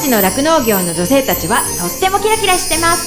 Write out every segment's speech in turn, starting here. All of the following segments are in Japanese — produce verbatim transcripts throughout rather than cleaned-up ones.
ちの酪農業の女性たちはとってもキラキラしてます。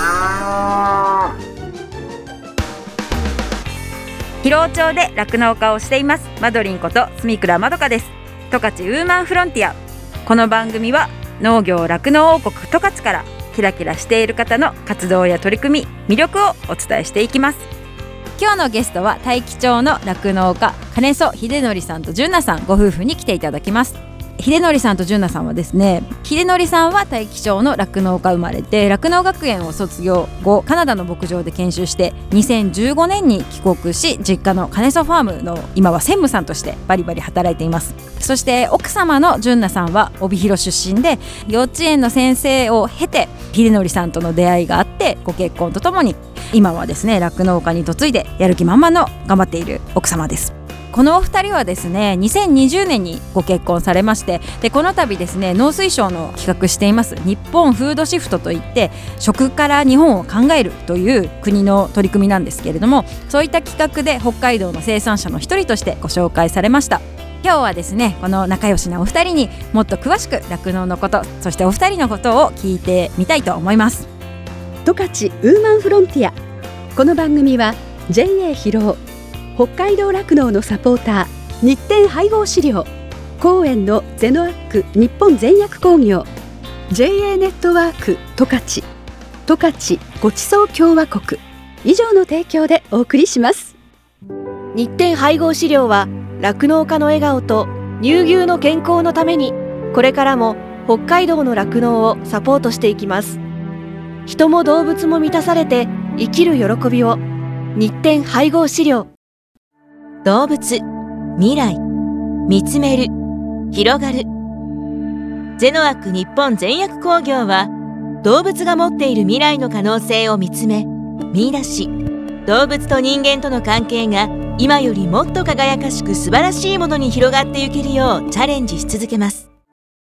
広尾町で酪農家をしていますマドリンこと住倉まどかです。十勝ウーマンフロンティア。この番組は農業酪農王国十勝からキラキラしている方の活動や取り組み、魅力をお伝えしていきます。今日のゲストは大樹町の酪農家金曽秀則さんと純奈さんご夫婦に来ていただきます。秀則さんと純奈さんはですね、秀則さんは大樹町の酪農家生まれで酪農学園を卒業後カナダの牧場で研修してにせんじゅうごねんに帰国し、実家の金曽ファームの今は専務さんとしてバリバリ働いています。そして奥様の純奈さんは帯広出身で幼稚園の先生を経て秀則さんとの出会いがあってご結婚とともに今はですね酪農家に嫁いでやる気満々の頑張っている奥様です。このお二人はですねにせんにじゅうねんにご結婚されまして、でこの度ですね農水省の企画しています日本フードシフトといって食から日本を考えるという国の取り組みなんですけれども、そういった企画で北海道の生産者の一人としてご紹介されました。今日はですねこの仲良しなお二人にもっと詳しく酪農のこと、そしてお二人のことを聞いてみたいと思います。 十勝ウーマンフロンティア。この番組は ジェイエー 広尾、北海道酪農のサポーター日展配合飼料、公園のゼノアック日本全薬工業、 ジェイエー ネットワーク十勝、十勝ごちそう共和国以上の提供でお送りします。 日展配合飼料は酪農家の笑顔と乳牛の健康のためにこれからも北海道の酪農をサポートしていきます。人も動物も満たされて生きる喜びを。日展配合飼料。 動物、未来、見つめる、広がる。ゼノアック日本全薬工業は動物が持っている未来の可能性を見つめ見出し、動物と人間との関係が今よりもっと輝かしく素晴らしいものに広がっていけるようチャレンジし続けます。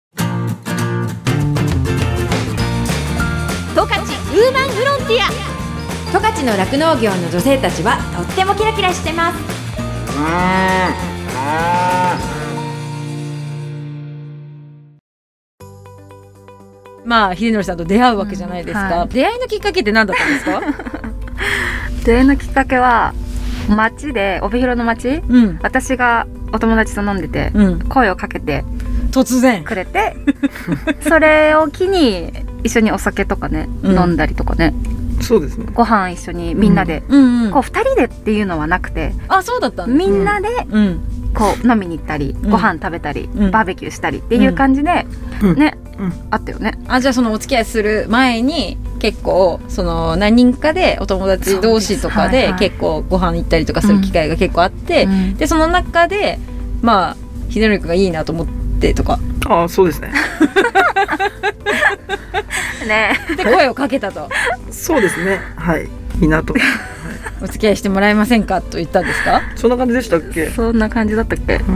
十勝ウーマンフロンティア。 十勝の酪農業の女性たちはとってもキラキラしてます。 まあ秀則さんと出会うわけじゃないですか、うんはい、出会いのきっかけって何だったんですか？ 出会いのきっかけは町で、帯広の町、うん、私がお友達と飲んでて、うん、声をかけて突然くれてそれを機に一緒にお酒とかね、うん、飲んだりとかね、 そうですね、 ご飯一緒にみんなで、うんうんうん、こうふたりでっていうのはなくて、 あ、そうだったんです、 みんなで、うん、こう飲みに行ったり、うん、ご飯食べたり、うん、バーベキューしたりっていう感じで、うん、ね、うん、あったよね。 あ、じゃあそのお付き合いする前に結構その何人かでお友達同士とかで結構ご飯行ったりとかする機会が結構あって、うん、でその中でまあ秀則君がいいなと思ってとか。 ああ、そうですねねで声をかけたと。 そうですね、はい、いいなと、はい、 お付き合いしてもらえませんかと言ったんですか？ そんな感じでしたっけ？ そんな感じだったっけ、 うん、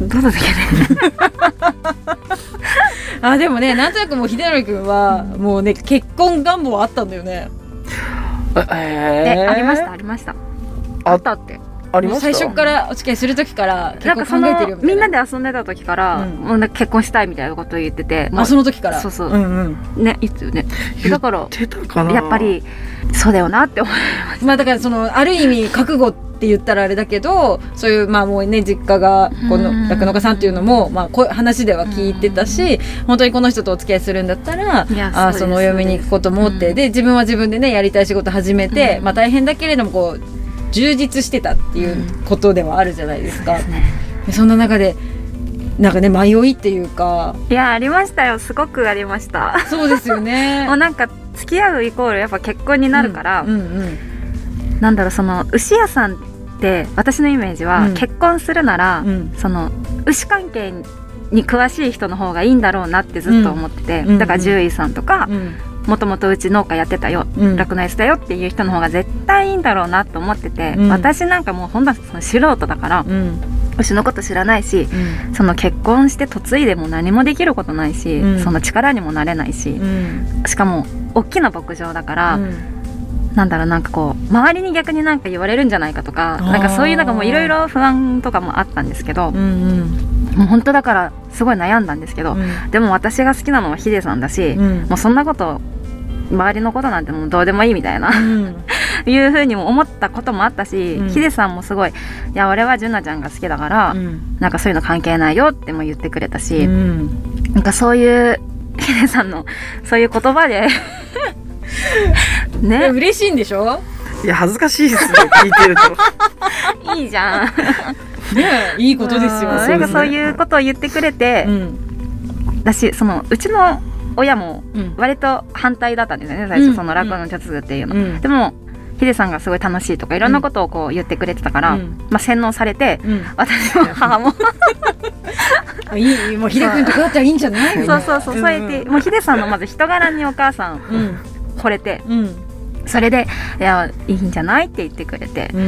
どうだったっけねあ、でもね、なんとなくもう秀則君はもうね結婚願望あったんだよね。 えー、ありましたありましたあったってありました。 最初からお付き合いする時から結婚考えてるよみたいな。 みんなで遊んでた時から、うん、もうなんか結婚したいみたいなことを言ってて、 あ、その時から。 そうそう、 うんうん、 ね、いつよね。だから言ってたかな、 やっぱりそうだよなって思います。 まあだからそのある意味覚悟って言ったらあれだけど、そういうまあもうね実家がこの酪農家さんっていうのもまあこう話では聞いてたし、本当にこの人とお付き合いするんだったら、あ、そのお嫁に行くこともって、で自分は自分でねやりたい仕事始めて、まあ大変だけれどもこう充実してたっていうことではあるじゃないですか、うん、 そ, ね、そんな中でなんかね迷いっていうか。 いや、ありましたよ、すごくありました。 そうですよねもうなんか付き合うイコールやっぱ結婚になるから、うんうんうん、なんだろう、その牛屋さんって私のイメージは、うん、結婚するなら、うん、その牛関係に詳しい人の方がいいんだろうなってずっと思ってて、うん、だから獣医さんとか、うんうん、もともとうち農家やってたよ、うん、酪農やってたよっていう人の方が絶対いいんだろうなと思ってて、うん、私なんかもうほんとその素人だから、うん、牛のこと知らないし、うん、その結婚して嫁いでも何もできることないし、うん、その力にもなれないし、うん、しかも大きな牧場だから、うん、なんだろう、なんかこう周りに逆になんか言われるんじゃないかとか、なんかそういうなんかもういろいろ不安とかもあったんですけど、うんうん、 もう本当だからすごい悩んだんですけど、 うん、 でも私が好きなのはヒデさんだし、うん、もうそんなこと周りのことなんてもうどうでもいいみたいな、うん、いうふうにも思ったこともあったし、うん、ヒデさんもすごいいや俺は純奈ちゃんが好きだから、うん、なんかそういうの関係ないよっても言ってくれたし、うん、なんかそういうヒデさんのそういう言葉でね、 嬉しいんでしょ。 いや恥ずかしいですね聞いてるといいじゃんね、いいことですよ。 なんかそういうことを言ってくれて、うん、だしそのうちの親も割と反対だったんですよね、最初その楽の術っていうの、うん、でもヒデさんがすごい楽しいとかいろんなことをこう言ってくれてたから、うん、まあ、洗脳されて、うん、私も母もいいもうヒデ君とかだったらいいんじゃないそうそうそう、そうやってもうヒデさんのまず人柄にお母さん惚れて、うん、それでいやいいんじゃないって言ってくれて、うん、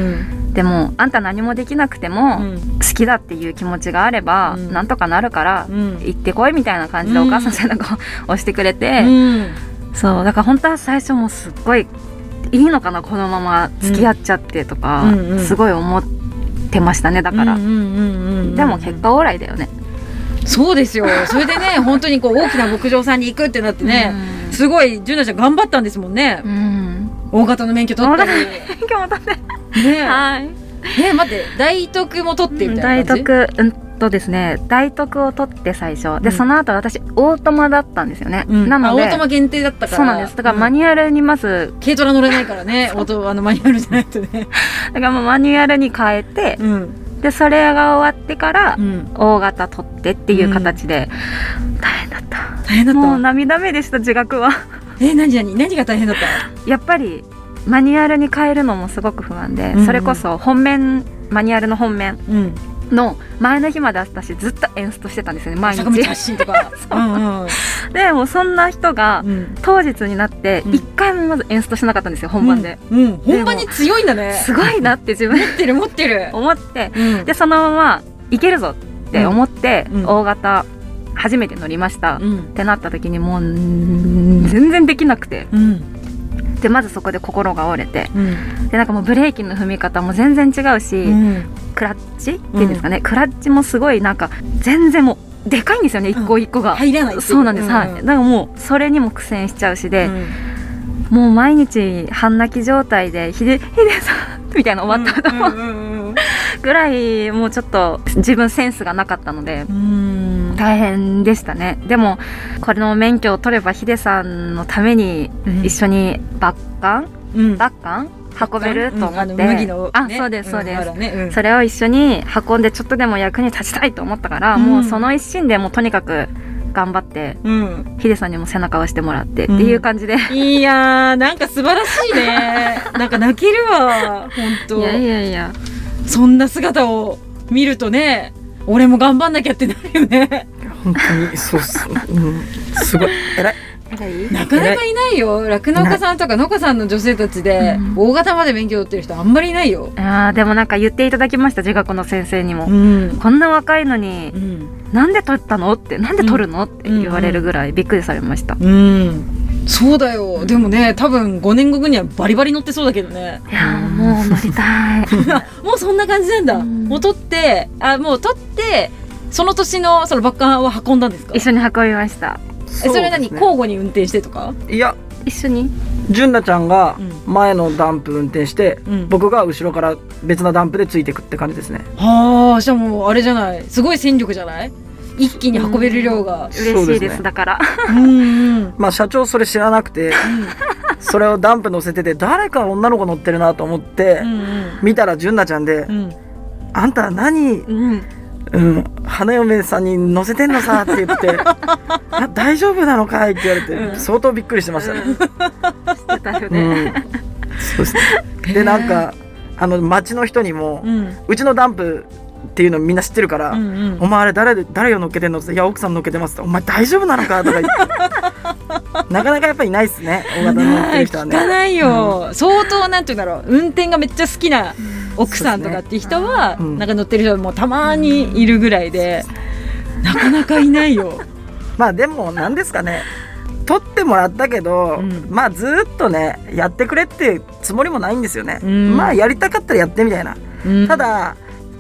でもあんた何もできなくても、うん、好きだっていう気持ちがあれば、うん、なんとかなるから、うん、行ってこいみたいな感じでお母さん背中を押してくれて、うん、そうだから本当は最初もすっごいいいのかなこのまま付き合っちゃってとか、うん、すごい思ってましたね。だから、うんうんうんうん、でも結果オーライだよね。 そうですよ。それでね本当にこう大きな牧場さんに行くってなってね、うん、すごい純奈ちゃん頑張ったんですもんね、うん、大型の免許取ったり免許も取ってね、はい、ね、待って大徳も取ってみたいな感じ。 大徳、うんとですね、大徳を取って最初で、うん、その後私オートマだったんですよね、うん、なのでオートマ限定だったから。 そうなんです。だからマニュアルにまず、 うん、軽トラ乗れないからねオートあのマニュアルじゃないとねだからもうマニュアルに変えて、うん、でそれが終わってから、うん、大型取ってっていう形で、うん、大変だった大変だったもう涙目でした自学はえ何何何が大変だった？ やっぱりマニュアルに変えるのもすごく不安で、うんうん、それこそ本面マニュアルの本面、うんの前の日まで私ずっとエンストしてたんですよね毎日。 坂道発進とかうんうん、 でもそんな人が、うん、当日になっていっかいもまずエンストしてなかったんですよ本番で、 うんうん、本番に強いんだね。 すごいなって自分持ってる持ってる思って、うん、でそのままいけるぞって思って、うん、大型初めて乗りました、うん、ってなった時にもう全然できなくて、うんでまずそこで心が折れて、うん、でなんかもうブレーキの踏み方も全然違うし、うん、クラッチっていうんですかね、うん、クラッチもすごいなんか全然もうでかいんですよね、一個一個が、うん、 入らないそうなんです、うん、はい。だからもうそれにも苦戦しちゃうしで、うん、もう毎日半泣き状態でヒデヒデさんみたいな終わった後、うん、ぐらいもうちょっと自分センスがなかったので、うん大変でしたね。でもこれの免許を取ればヒデさんのために一緒にバッカン、うん、バッカン運べると思って、うん、あの麦の、ね、あそうですそうです、うんねうん、それを一緒に運んでちょっとでも役に立ちたいと思ったから、うん、もうその一心でもうとにかく頑張って、うん、ヒデさんにも背中を押してもらってっていう感じで、 うん、いやーなんか素晴らしいねなんか泣けるわ本当。 いやいやいやそんな姿を見るとね俺も頑張んなきゃってなるよね。 本当にそうっす、うん、すごい偉いなかなかいないよ。酪農家さんとか農家さんの女性たちで大型まで免許取ってる人あんまりいないよ、 うん、あでもなんか言っていただきました自学の先生にも、うん、こんな若いのに、うん、なんで取ったのってなんで取るの、うん、って言われるぐらいびっくりされました、うんうん、そうだよ。でもね多分ごねんごにはバリバリ乗ってそうだけどね。 いやもう乗りたいもうそんな感じなんだ、うん、もう取ってあもう取ってその年のそのバッカーを運んだんですか？ 一緒に運びました。 そ, それ何交互に運転してとか？ いや一緒に純奈ちゃんが前のダンプ運転して、うん、僕が後ろから別のダンプでついてくって感じですね。 はあじゃあもうあれじゃないすごい戦力じゃない一気に運べる量が、 うん、嬉しいです、ね、だからうん、うん、 まあ社長それ知らなくて、うん、それをダンプ乗せてて誰か女の子乗ってるなと思って、うんうん、見たら純奈ちゃんで、うん、あんた何、うんうん、花嫁さんに乗せてんのさって言ってあ大丈夫なのかいって言われて、うん、相当びっくりしてましたね、うん、 してたよね、うん、 そうですね。でなんかあの町の人にも、うん、うちのダンプっていうのみんな知ってるから、うんうん、お前あれ 誰, 誰を乗っけてんのっていや奥さん乗っけてますってお前大丈夫なのかとか言ってなかなかやっぱりいないですね大型乗ってる人はね。 聞かないよ、うん、相当なんていうんだろう運転がめっちゃ好きな奥さんとかっていう人は、ね、なんか乗ってる人もたまにいるぐらいで、うん、なかなかいないよまあでもなんですかね取ってもらったけど、うん、まあずっとねやってくれってつもりもないんですよね、うん、まあやりたかったらやってみたいな、うん、ただ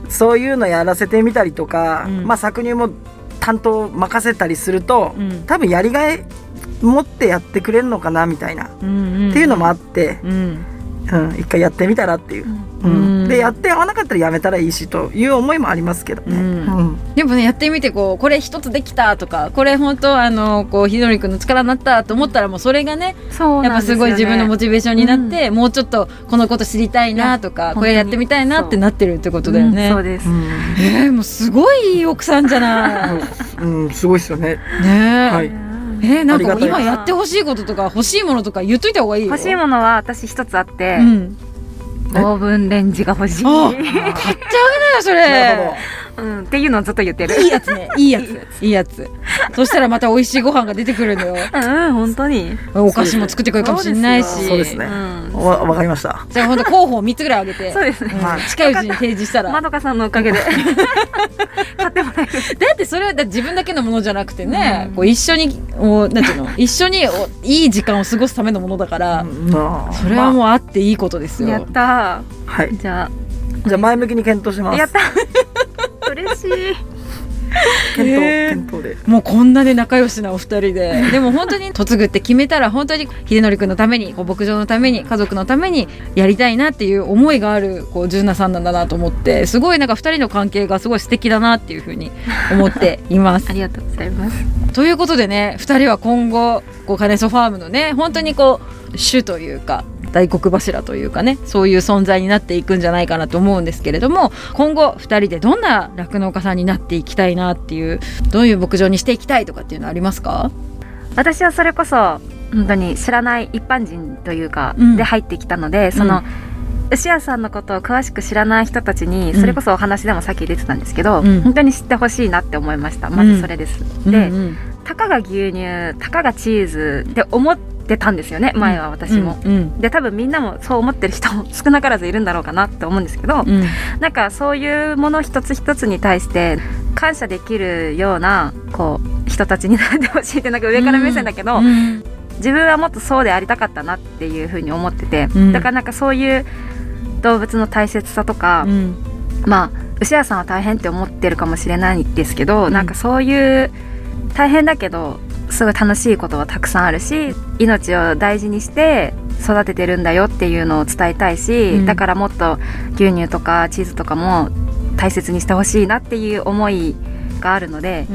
そういうのやらせてみたりとか、うん、まあ搾乳も担当任せたりすると、うん、多分やりがい持ってやってくれるのかなみたいな、うんうんうん、っていうのもあって、うんうん、一回やってみたらっていう、うんうん、でやって合わなかったらやめたらいいしという思いもありますけどね、うんうん、でもねやってみてこうこれ一つできたとかこれ本当あのこうひどりくんの力になったと思ったらもうそれがね、 そうなんですよね、 やっぱすごい自分のモチベーションになって、うん、もうちょっとこのこと知りたいなとかこれやってみたいなってなってるってことだよね、 うん、そうです、うん、 えー、もうすごい奥さんじゃない、 うん、すごいですよね。 ね、 はい、 えー、なんか今やってほしいこととか欲しいものとか言っといた方がいいよ。 欲しいものは私一つあって、うん、オーブンレンジが欲しい。 買っちゃうなよそれ。 なるほど、うん、っていうのをずっと言ってる。 いいやつね、いいやついいやつそしたらまた美味しいご飯が出てくるのよ。 うん、本当にお菓子も作ってくるかもしれないし。 そうですね、うん、わ, わかりました。 じゃあ本当候補をみっつぐらいあげてそうですね、 うん、近いうちに提示したらまどかさんのおかげで買ってもらえる。 だってそれはだって自分だけのものじゃなくてね、うん、こう一緒におなんていうの一緒においい時間を過ごすためのものだから、うん、それはもうあっていいことですよ。 やったー。 はい、 じゃあじゃあ前向きに検討します。 やった嬉しい検討、 えー、 検討でもうこんなで仲良しなお二人ででも本当に嫁ぐって決めたら本当に秀則くんのためにこう牧場のために家族のためにやりたいなっていう思いがあるこう純奈さんなんだなと思ってすごいなんか二人の関係がすごい素敵だなっていうふうに思っていますありがとうございます。 ということでね二人は今後こうカネソファームのね本当にこう主というか大黒柱というかねそういう存在になっていくんじゃないかなと思うんですけれども今後ふたりでどんな酪農家さんになっていきたいなっていうどういう牧場にしていきたいとかっていうのありますか？ 私はそれこそ本当に知らない一般人というか、うん、で入ってきたのでその、うん、牛屋さんのことを詳しく知らない人たちにそれこそお話でもさっき出てたんですけど、うん、本当に知ってほしいなって思いました。まずそれです、うん、で、うんうん、たかが牛乳たかがチーズって思って出たんですよね前は私も、うんうん、で多分みんなもそう思ってる人も少なからずいるんだろうかなって思うんですけど、うん、なんかそういうもの一つ一つに対して感謝できるようなこう人たちになってほしいってなんか上から目線だけど、うん、自分はもっとそうでありたかったなっていうふうに思ってて、うん、だからなんかそういう動物の大切さとか、うん、まあ牛屋さんは大変って思ってるかもしれないですけど、うん、なんかそういう大変だけどすごい楽しいことはたくさんあるし命を大事にして育ててるんだよっていうのを伝えたいし、うん、だからもっと牛乳とかチーズとかも大切にしてほしいなっていう思いがあるので、うん、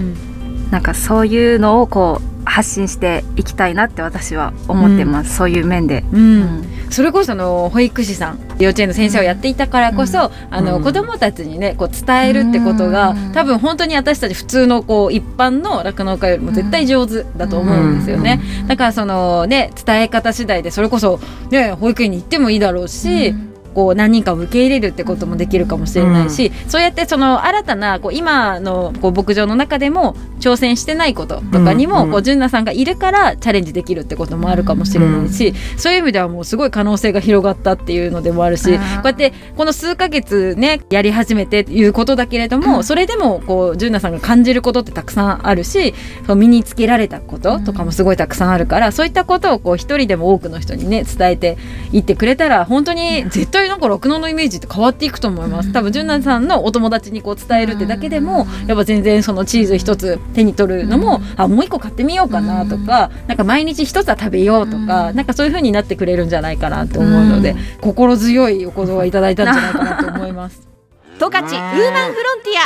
なんかそういうのをこう発信していきたいなって私は思ってます、うん、そういう面で、 うんうん、それこその保育士さん幼稚園の先生をやっていたからこそ、うん、あの子どもたちにねこう伝えるってことが、うん、多分本当に私たち普通のこう一般の酪農家よりも絶対上手だと思うんですよね、うん、だからそのね伝え方次第でそれこそね保育園に行ってもいいだろうし、うんこう何人かを受け入れるってこともできるかもしれないし、うん、そうやってその新たなこう今のこう牧場の中でも挑戦してないこととかにも、うん、こう純奈さんがいるからチャレンジできるってこともあるかもしれないし、うん、そういう意味ではもうすごい可能性が広がったっていうのでもあるし、うん、こうやってこの数ヶ月ねやり始めていうことだけれども、うん、それでもこう純奈さんが感じることってたくさんあるしそう身につけられたこととかもすごいたくさんあるから、うん、そういったことをこう一人でも多くの人にね伝えていってくれたら本当に絶対なんか酪農のイメージって変わっていくと思います。多分純奈さんのお友達にこう伝えるってだけでもやっぱ全然そのチーズ一つ手に取るのもあもう一個買ってみようかなとかなんか毎日一つは食べようとかなんかそういう風になってくれるんじゃないかなと思うので心強いお言葉をいただいたんじゃないかなと思います十勝ウーマンフロンティ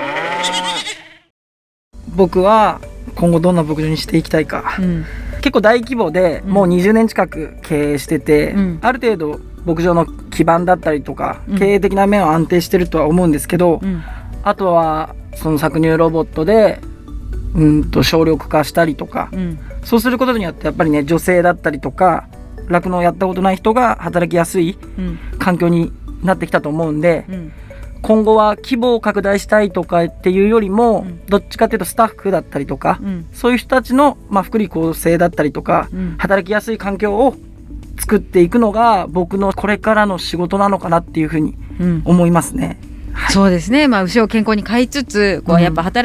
ア僕は今後どんな牧場にしていきたいか、うん、結構大規模でもうにじゅうねん近く経営してて、うん、ある程度牧場の基盤だったりとか、うん、経営的な面は安定してるとは思うんですけど、うん、あとはその搾乳ロボットでうんと省力化したりとか、うん、そうすることによってやっぱりね女性だったりとか酪農をやったことない人が働きやすい環境になってきたと思うんで、うん、今後は規模を拡大したいとかっていうよりも、うん、どっちかっていうとスタッフだったりとか、うん、そういう人たちの、まあ、福利厚生だったりとか、うん、働きやすい環境を作っていくのが僕のこれからの仕事なのかなっていうふうに思いますね、 うんはい、そうですね、まあ、牛を健康に飼いつつこうやっぱ働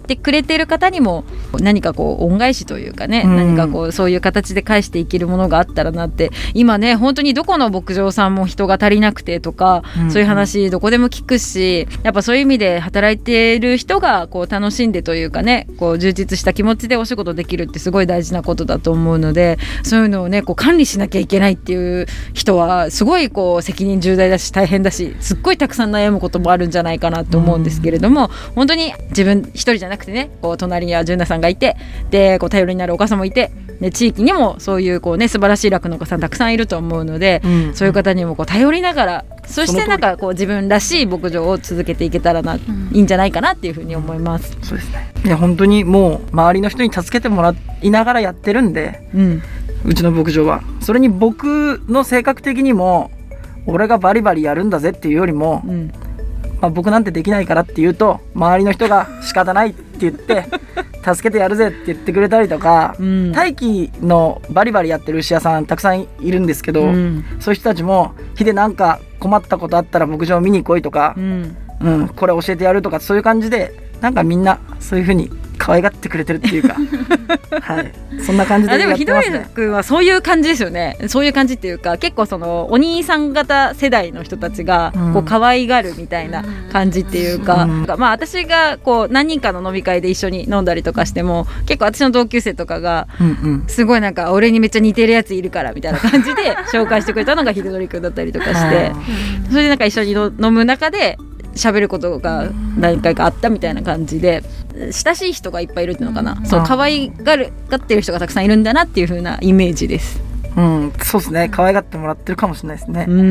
ってくれてる方にも何かこう恩返しというかね、 うん、 何かこうそういう形で返していけるものがあったらなって。今ね本当にどこの牧場さんも人が足りなくてとか、うん、そういう話どこでも聞くし、やっぱそういう意味で働いている人がこう楽しんでというかね、こう充実した気持ちでお仕事できるってすごい大事なことだと思うので、そういうのをねこう管理しなきゃいけないっていう人はすごいこう責任重大だし大変だし、すっごいたくさん悩むこともあるんじゃないかなと思うんですけれども、うん、本当に自分一人じゃなくてね、こう隣には純奈さんがいて、でこう頼りになるお母さんもいて、で地域にもそういうこうね素晴らしい酪農家さんたくさんいると思うので、うん、そういう方にもこう頼りながら、そしてなんかこう自分らしい牧場を続けていけたらな、うん、いいんじゃないかなっていうふうに思います。 そうですね。いや本当にもう周りの人に助けてもらいながらやってるんで、うん、うちの牧場はそれに僕の性格的にも俺がバリバリやるんだぜっていうよりも、うんまあ、僕なんてできないからって言うと周りの人が仕方ないって言って助けてやるぜって言ってくれたりとか、うん、大気のバリバリやってる牛屋さんたくさんいるんですけど、うん、そういう人たちもヒデなんか困ったことあったら牧場見に来いとか、うんうん、これ教えてやるとか、そういう感じでなんかみんなそういう風に可愛がってくれてるっていうかはい、そんな感じでやってますね。 でもひどり君はそういう感じですよね。そういう感じっていうか、結構そのお兄さん方世代の人たちがこう可愛がるみたいな感じっていうか、うん、まあ私がこう何人かの飲み会で一緒に飲んだりとかしても、結構私の同級生とかがすごいなんか俺にめっちゃ似てるやついるからみたいな感じで紹介してくれたのがひどり君だったりとかして、それでなんか一緒に飲む中で喋ることが何回かあったみたいな感じで、親しい人がいっぱいいるっていうのかな、うん、そう可愛がるがってる人がたくさんいるんだなっていう風なイメージです。 うん、そうですね。可愛がってもらってるかもしれないですね。うん、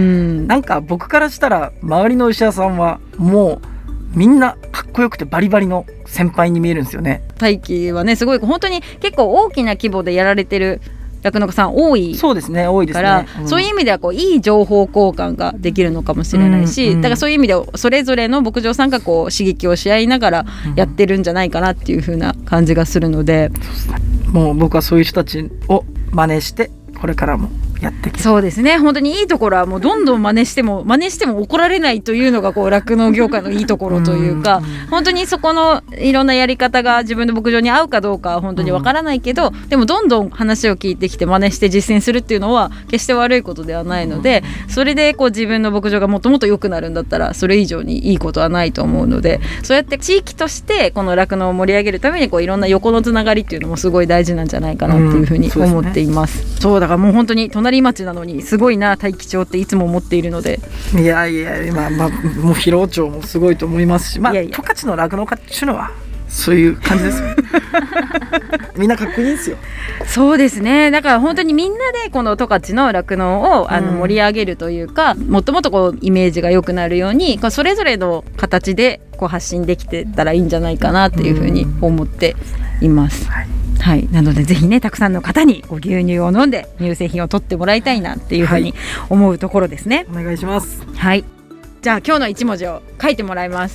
なんか僕からしたら周りの牛屋さんはもうみんなかっこよくてバリバリの先輩に見えるんですよね。 大輝はねすごい本当に結構大きな規模でやられてる酪農家さん多いから、 そうですね、多いですね、 うん、そういう意味ではこういい情報交換ができるのかもしれないし、うんうん、だからそういう意味でそれぞれの牧場さんがこう刺激をし合いながらやってるんじゃないかなっていう風な感じがするので、 うん、もう僕はそういう人たちを真似してこれからもやっていきそうですね。本当にいいところはもうどんどん真似しても真似しても怒られないというのがこう酪農業界のいいところというか、本当にそこのいろんなやり方が自分の牧場に合うかどうかは本当にわからないけど、でもどんどん話を聞いてきて真似して実践するっていうのは決して悪いことではないので、それでこう自分の牧場がもっともっと良くなるんだったらそれ以上にいいことはないと思うので、そうやって地域としてこの酪農を盛り上げるためにこういろんな横のつながりっていうのもすごい大事なんじゃないかなっていうふうに思っています。うん、そうですね。そうだからもう本当に隣町なのにすごいな大樹町っていつも思っているので、 いやいやまあまあもう広尾町もすごいと思いますし、まあ十勝の酪農家っていうのはそういう感じですよみんなかっこいいんですよ。 そうですね。だから本当にみんなでこの十勝の酪農をあの盛り上げるというか、うん、もっともっとこうイメージが良くなるようにそれぞれの形でこう発信できてたらいいんじゃないかなっていうふうに思っています。うん、はいはい、なのでぜひねたくさんの方にこう牛乳を飲んで乳製品を取ってもらいたいなっていうふうに思うところですね。 はい、お願いします。 はい、じゃあ今日の一文字を書いてもらいます。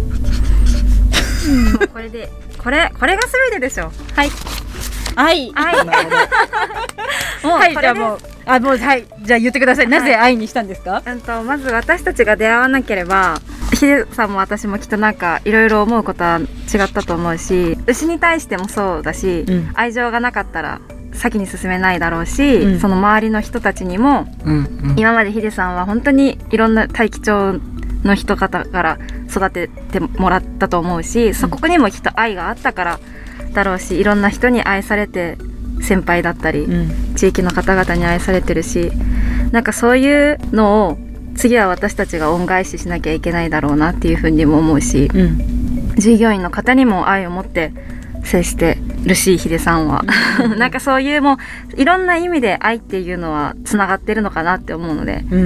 もうこれでこれこれが全てでしょ。はい愛愛もうはい、じゃあもうあもうはいじゃあ言ってください。なぜ愛にしたんですか？ うんとまず私たちが出会わなければヒデさんも私もきっとなんかいろいろ思うことは違ったと思うし、牛に対してもそうだし、うん、愛情がなかったら先に進めないだろうし、うん、その周りの人たちにも、うんうん、今までヒデさんは本当にいろんな大樹町の人方から育ててもらったと思うし、そこにもきっと愛があったからだろうし、いろんな人に愛されて先輩だったり、うん、地域の方々に愛されてるし、なんかそういうのを次は私たちが恩返ししなきゃいけないだろうなっていうふうにも思うし、うん、従業員の方にも愛を持って接してるし、ヒデさんは、うん、なんかそういうもういろんな意味で愛っていうのはつながってるのかなって思うので、うん、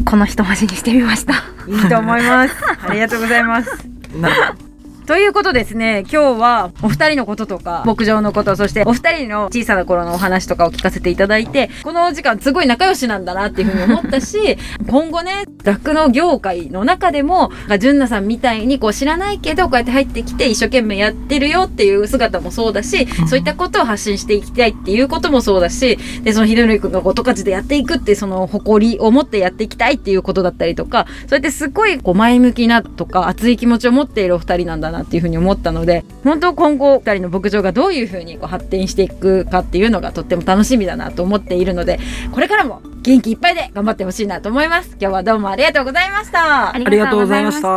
この一文字にしてみました。 いいと思いますありがとうございますということですね、今日はお二人のこととか牧場のこと、そしてお二人の小さな頃のお話とかを聞かせていただいて、このお時間すごい仲良しなんだなっていうふうに思ったし今後ね酪農業界の中でも純奈さんみたいにこう知らないけどこうやって入ってきて一生懸命やってるよっていう姿もそうだし、そういったことを発信していきたいっていうこともそうだし、でその秀則君が十勝でやっていくってその誇りを持ってやっていきたいっていうことだったりとか、そうやってすごいこう前向きなとか熱い気持ちを持っているお二人なんだななっていうふうに思ったので、本当今後ふたりの牧場がどういうふうにこう発展していくかっていうのがとっても楽しみだなと思っているので、これからも元気いっぱいで頑張ってほしいなと思います。今日はどうもありがとうございました。 ありがとうございました。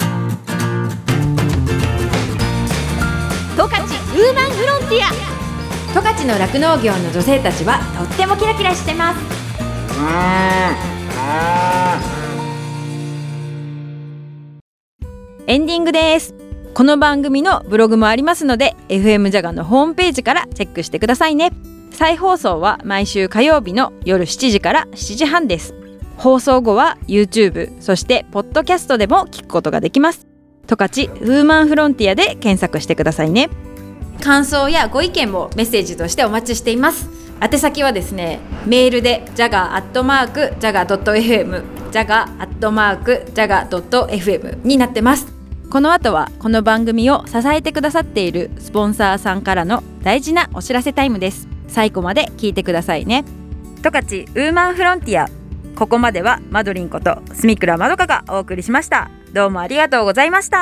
十勝ウーマンフロンティア。 十勝の酪農業の女性たちはとってもキラキラしてます。 エンディングです。この番組のブログもありますので エフエム ジャガのホームページからチェックしてくださいね。再放送は毎週火曜日の夜しちじからしちじはんです。放送後は YouTube そしてポッドキャストでも聞くことができます。十勝ウーマンフロンティアで検索してくださいね。 感想やご意見もメッセージとしてお待ちしています。宛先はですね、メールで ジャガー アットマーク ジャガー ドット エフエム ジャガー アットマーク ジャガー ドット エフエム になってます。 この後はこの番組を支えてくださっているスポンサーさんからの大事なお知らせタイムです。最後まで聞いてくださいね。十勝ウーマンフロンティア、ここまではマドリンこと住倉まどかがお送りしました。どうもありがとうございました。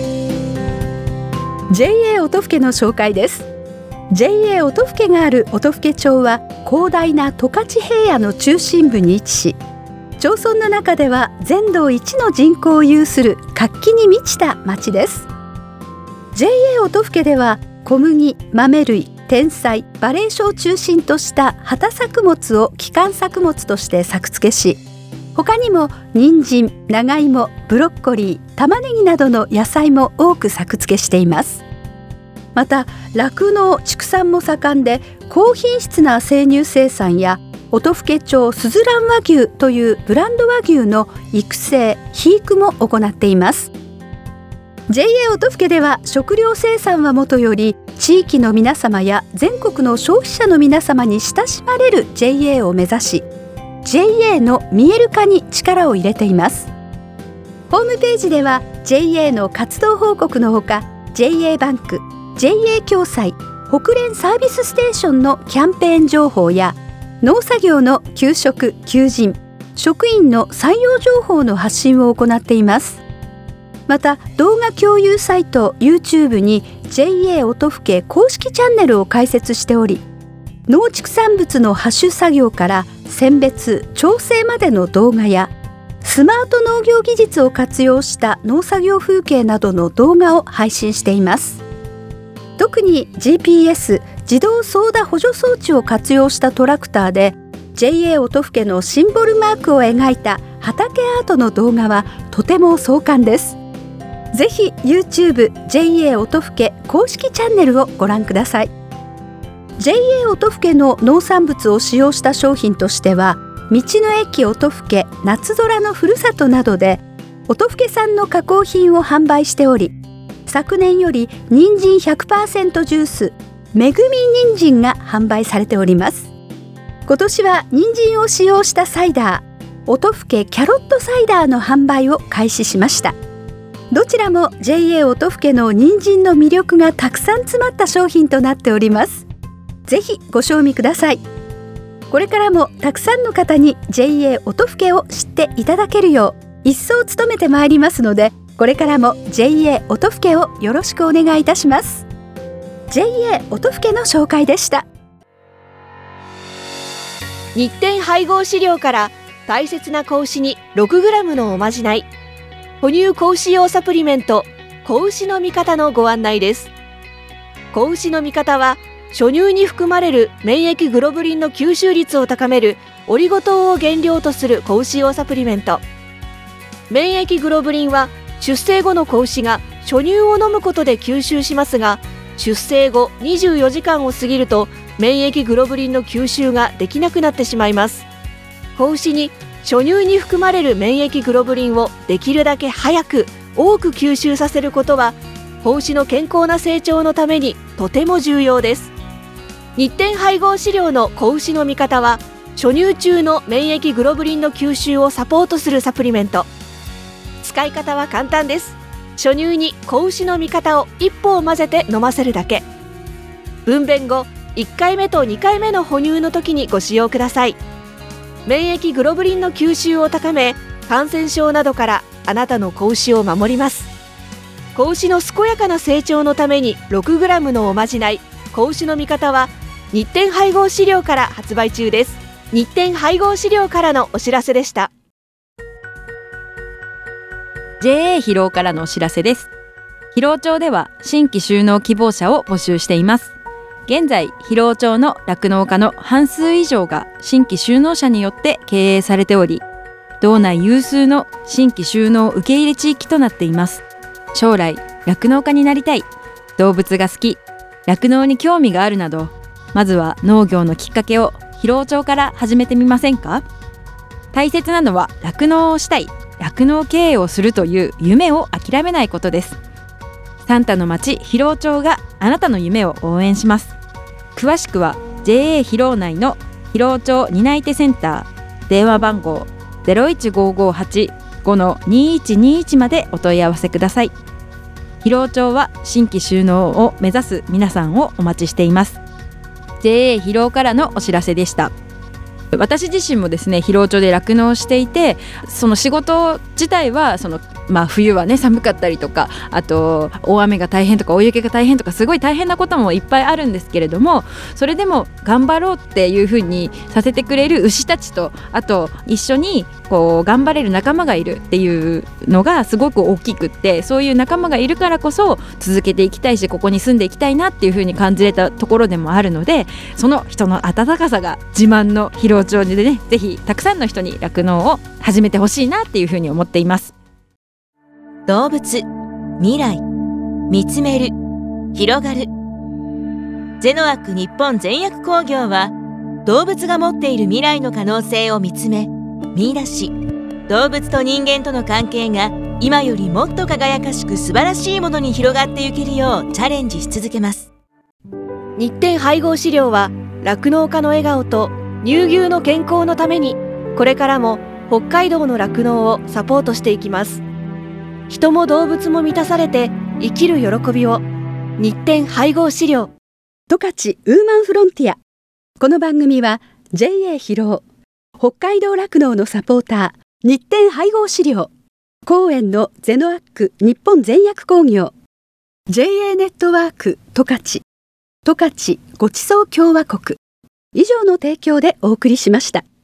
ジェイエー 音更の紹介です。 ジェイエー 音更がある音更町は広大な十勝平野の中心部に位置し、町村の中では全道一の人口を有する活気に満ちた町です。 ジェイエー 音更では小麦、豆類、天菜、馬鈴薯を中心とした畑作物を基幹作物として作付けし、他にも人参、長芋、ブロッコリー、玉ねぎなどの野菜も多く作付けしています。また酪農・畜産も盛んで、高品質な生乳生産や音更町すずらん和牛というブランド和牛の育成・肥育も行っています。 ジェイエー 音更では食料生産はもとより、地域の皆様や全国の消費者の皆様に親しまれる ジェイエー を目指し、 ジェイエー の見える化に力を入れています。ホームページでは ジェイエー の活動報告のほか、 ジェイエー バンク、 ジェイエー 共済、北連サービスステーションのキャンペーン情報や農作業の給食・求人、職員の採用情報の発信を行っています。また動画共有サイト YouTube に ジェイエー 音更公式チャンネルを開設しており、農畜産物の播種作業から選別・調整までの動画や、スマート農業技術を活用した農作業風景などの動画を配信しています。特に ジーピーエス 自動操舵補助装置を活用したトラクターで ジェイエー 音更のシンボルマークを描いた畑アートの動画はとても壮観です。ぜひ YouTube ジェイエー 音更公式チャンネルをご覧ください。 ジェイエー 音更の農産物を使用した商品としては、道の駅音更、夏空のふるさとなどで音更産の加工品を販売しており、昨年より人参 ひゃくパーセント ジュースめぐみ人参が販売されております。今年は人参を使用したサイダー、音更キャロットサイダーの販売を開始しました。どちらも ジェイエー 音更の人参の魅力がたくさん詰まった商品となっております。ぜひご賞味ください。これからもたくさんの方に ジェイエー 音更を知っていただけるよう一層努めてまいりますので、これからも ジェイエー 音更をよろしくお願いいたします。 ジェイエー 音更の紹介でした。 日展配合飼料から大切な子牛に ろくグラム のおまじない、哺乳子牛用サプリメント子牛の味方のご案内です。子牛の味方は初乳に含まれる免疫グロブリンの吸収率を高めるオリゴ糖を原料とする子牛用サプリメント。免疫グロブリンは出生後の子牛が初乳を飲むことで吸収しますが、出生後にじゅうよじかんを過ぎると免疫グロブリンの吸収ができなくなってしまいます。子牛に初乳に含まれる免疫グロブリンをできるだけ早く多く吸収させることは子牛の健康な成長のためにとても重要です。日展配合飼料の子牛の味方は初乳中の免疫グロブリンの吸収をサポートするサプリメント。使い方は簡単です。初乳に子牛の味方をいっぽう混ぜて飲ませるだけ。分娩後いっかいめとにかいめの哺乳の時にご使用ください。免疫グロブリンの吸収を高め、感染症などからあなたの子牛を守ります。 子牛の健やかな成長のために ろくグラム のおまじない子牛の味方は日展配合飼料から発売中です。日展配合飼料からのお知らせでした。 ジェーエー 広尾からのお知らせです。広尾町では新規就農希望者を募集しています。現在広尾町の酪農家の半数以上が新規就農者によって経営されており、道内有数の新規就農受け入れ地域となっています。将来酪農家になりたい、動物が好き、酪農に興味があるなど、まずは農業のきっかけを広尾町から始めてみませんか？大切なのは酪農をしたい、酪農経営をするという夢を諦めないことです。サンタの町広尾町があなたの夢を応援します。詳しくは ジェーエー 広尾内の広尾町担い手センター、電話番号 ゼロいちごーごーはち ごのにいちにいち までお問い合わせください。広尾町は新規就農を目指す皆さんをお待ちしています。 ジェーエー 広尾からのお知らせでした。私自身もですね、広尾町で酪農していて、その仕事自体はその、まあ、冬はね寒かったりとか、あと大雨が大変とか大雪が大変とか、すごい大変なこともいっぱいあるんですけれども、それでも頑張ろうっていう風にさせてくれる牛たちと、あと一緒にこう頑張れる仲間がいるっていうのがすごく大きくって、そういう仲間がいるからこそ続けていきたいし、ここに住んでいきたいなっていう風に感じれたところでもあるので、その人の温かさが自慢の広尾町でね、ぜひたくさんの人に酪農を始めてほしいなっていう風に思っています。 動物、未来、見つめる、広がる。ゼノアック日本全薬工業は、動物が持っている未来の可能性を見つめ、見出し、動物と人間との関係が今よりもっと輝かしく素晴らしいものに広がっていけるようチャレンジし続けます。 日展配合飼料は酪農家の笑顔と乳牛の健康のために、これからも北海道の酪農をサポートしていきます。人も動物も満たされて生きる喜びを。日展配合飼料。 十勝ウーマンフロンティア。この番組は ジェーエー 広尾、北海道酪農のサポーター、日展配合飼料、公園のゼノアック日本全薬工業、ジェーエー ネットワーク十勝、十勝ごちそう共和国以上の提供でお送りしました。